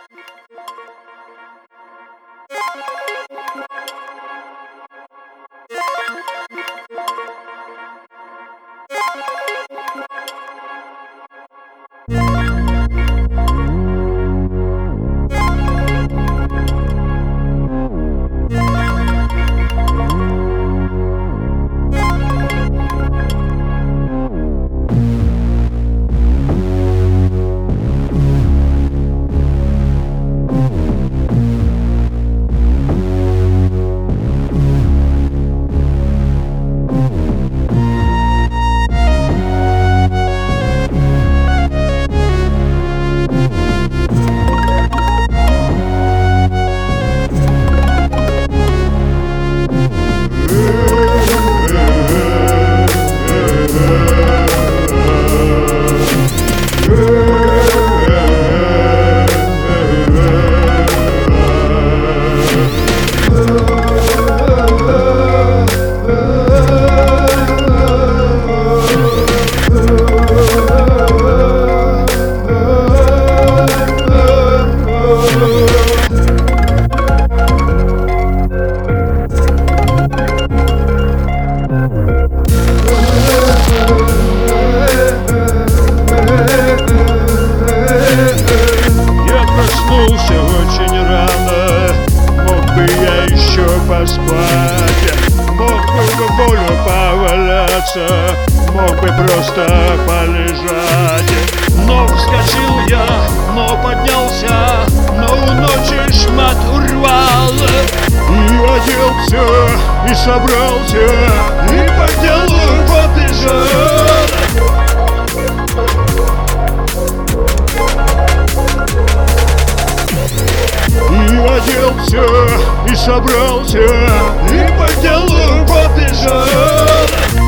Поспать, мог бы в волю поваляться, мог бы просто полежать. Но вскочил я, но поднялся, но у ночи шмат урвал. И оделся, и собрался, и по делу побежал. Оделся и собрался, и по делу побежал.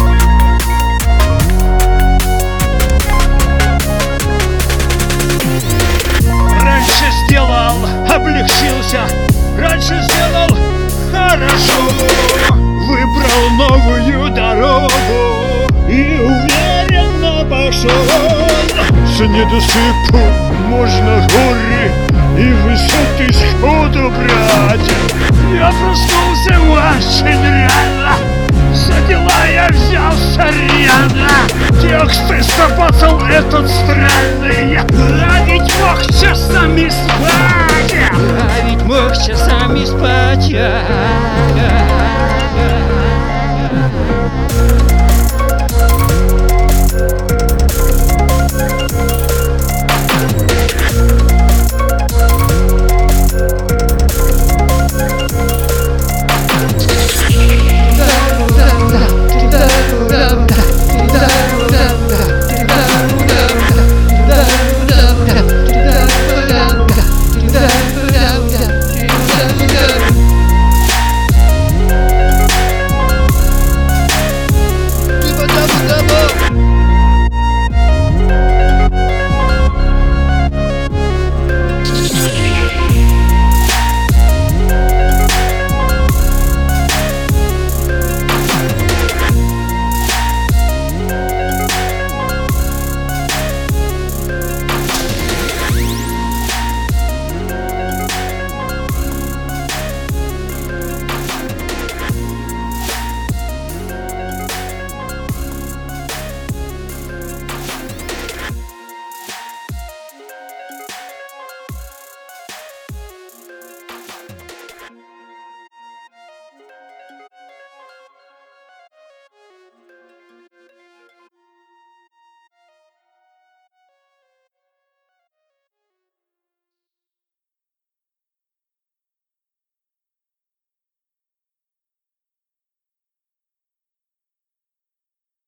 Раньше сделал, облегчился, раньше сделал хорошо. Выбрал новую дорогу и уверенно пошел. С недосыпу можно горы и высоты сходу брать. Я проснулся очень рано, за дела я взялся рьяно. Тексты сработал этот странный, а ведь мог все